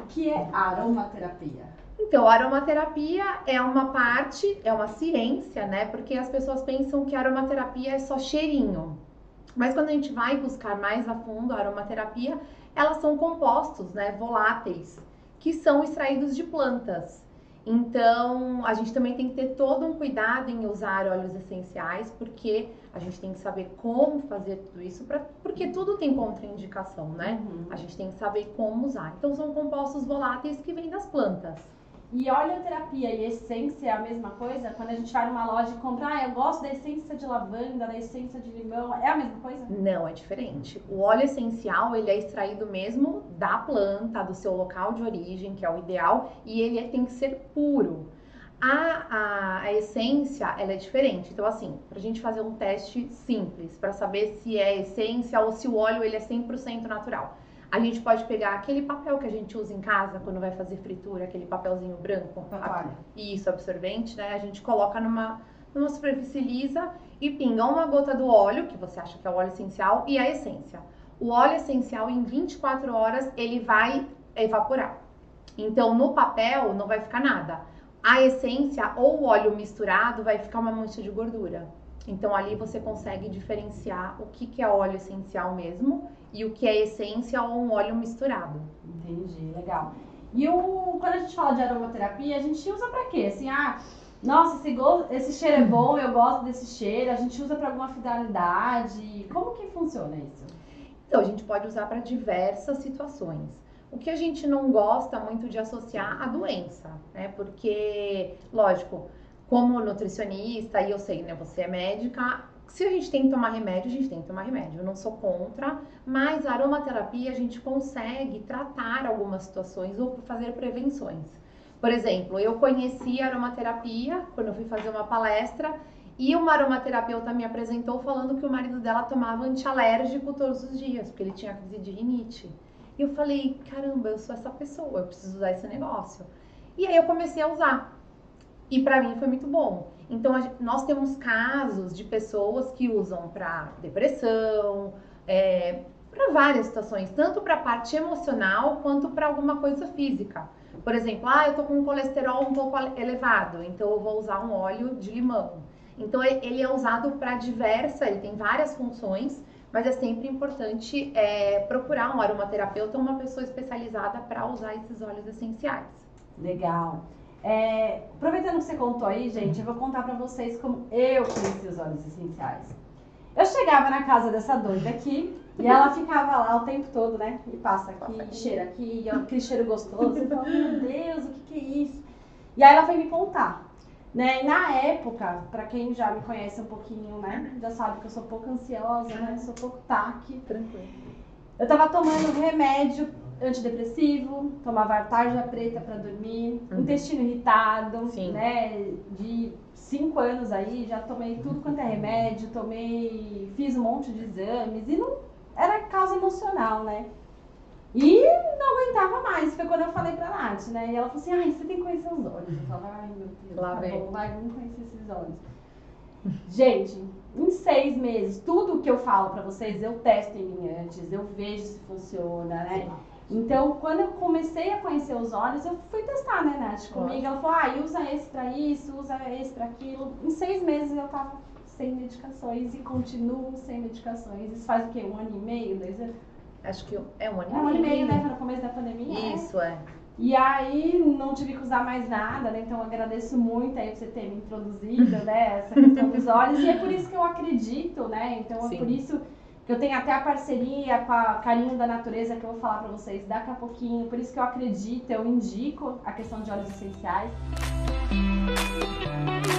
que é aromaterapia? Então, a aromaterapia é uma parte, é uma ciência, né? Porque as pessoas pensam que a aromaterapia é só cheirinho. Mas quando a gente vai buscar mais a fundo a aromaterapia, elas são compostos, né, voláteis, que são extraídos de plantas. Então, a gente também tem que ter todo um cuidado em usar óleos essenciais, porque a gente tem que saber como fazer tudo isso, porque tudo tem contraindicação, né? A gente tem que saber como usar. Então, são compostos voláteis que vêm das plantas. E oleoterapia e essência é a mesma coisa? Quando a gente vai numa loja e compra, eu gosto da essência de lavanda, da essência de limão, é a mesma coisa? Não, é diferente. O óleo essencial, ele é extraído mesmo da planta, do seu local de origem, que é o ideal, e ele tem que ser puro. A essência, ela é diferente. Então, assim, pra gente fazer um teste simples, para saber se é essência ou se o óleo ele é 100% natural. A gente pode pegar aquele papel que a gente usa em casa quando vai fazer fritura, aquele papelzinho branco. Isso, absorvente, né? A gente coloca numa superfície lisa e pinga uma gota do óleo, que você acha que é o óleo essencial, e a essência. O óleo essencial, em 24 horas, ele vai evaporar. Então, no papel, não vai ficar nada. A essência ou o óleo misturado vai ficar uma mancha de gordura. Então, ali você consegue diferenciar o que é óleo essencial mesmo e o que é essência ou um óleo misturado. Entendi, legal. E quando a gente fala de aromaterapia, a gente usa pra quê? Assim, nossa, esse cheiro é bom, eu gosto desse cheiro, a gente usa pra alguma finalidade. Como que funciona isso? Então, a gente pode usar para diversas situações. O que a gente não gosta muito de associar à doença, né? Porque, lógico, como nutricionista, e eu sei, né, você é médica, se a gente tem que tomar remédio, a gente tem que tomar remédio. Eu não sou contra, mas a aromaterapia a gente consegue tratar algumas situações ou fazer prevenções. Por exemplo, eu conheci a aromaterapia quando eu fui fazer uma palestra e uma aromaterapeuta me apresentou falando que o marido dela tomava antialérgico todos os dias, porque ele tinha crise de rinite. E eu falei, caramba, eu sou essa pessoa, eu preciso usar esse negócio. E aí eu comecei a usar. E pra mim foi muito bom. Então, nós temos casos de pessoas que usam para depressão, para várias situações, tanto para a parte emocional quanto para alguma coisa física. Por exemplo, eu tô com um colesterol um pouco elevado, então eu vou usar um óleo de limão. Então, ele é usado para ele tem várias funções, mas é sempre importante procurar um aromaterapeuta ou uma pessoa especializada para usar esses óleos essenciais. Legal. Aproveitando que você contou aí, gente, eu vou contar pra vocês como eu conheci os óleos essenciais. Eu chegava na casa dessa doida aqui e ela ficava lá o tempo todo, né? E passa aqui, e cheira aqui, e aquele cheiro gostoso. Eu falo, meu Deus, o que é isso? E aí ela foi me contar, né? E na época, pra quem já me conhece um pouquinho, né? Já sabe que eu sou pouco ansiosa, né? Sou pouco taque. Tranquilo. Eu tava tomando remédio antidepressivo, tomava tarja preta pra dormir, intestino irritado, Sim. né? De 5 anos aí, já tomei tudo quanto é remédio, fiz um monte de exames e não era causa emocional, né? E não aguentava mais, foi quando eu falei pra Nath, né? E ela falou assim, você tem que conhecer os olhos. Eu falava, meu Deus, Lá tá vem. bom, vamos conhecer esses olhos. Gente, em 6 meses, tudo que eu falo pra vocês, eu testo em mim antes, eu vejo se funciona, né? Sim. Então, quando eu comecei a conhecer os óleos, eu fui testar, né, Nath? Comigo, ela falou, usa esse pra isso, usa esse pra aquilo. Em 6 meses eu tava sem medicações e continuo sem medicações. Isso faz o quê? 1 ano e meio, 2 anos? Acho que é 1 ano e meio. É 1 ano e meio, né? Foi no começo da pandemia. Isso, E aí, não tive que usar mais nada, né? Então, eu agradeço muito aí por você ter me introduzido, né? Essa questão dos óleos. E é por isso que eu acredito, né? Então, é por isso que eu tenho até a parceria com a Carinho da Natureza, que eu vou falar pra vocês daqui a pouquinho. Por isso que eu acredito, eu indico a questão de óleos essenciais.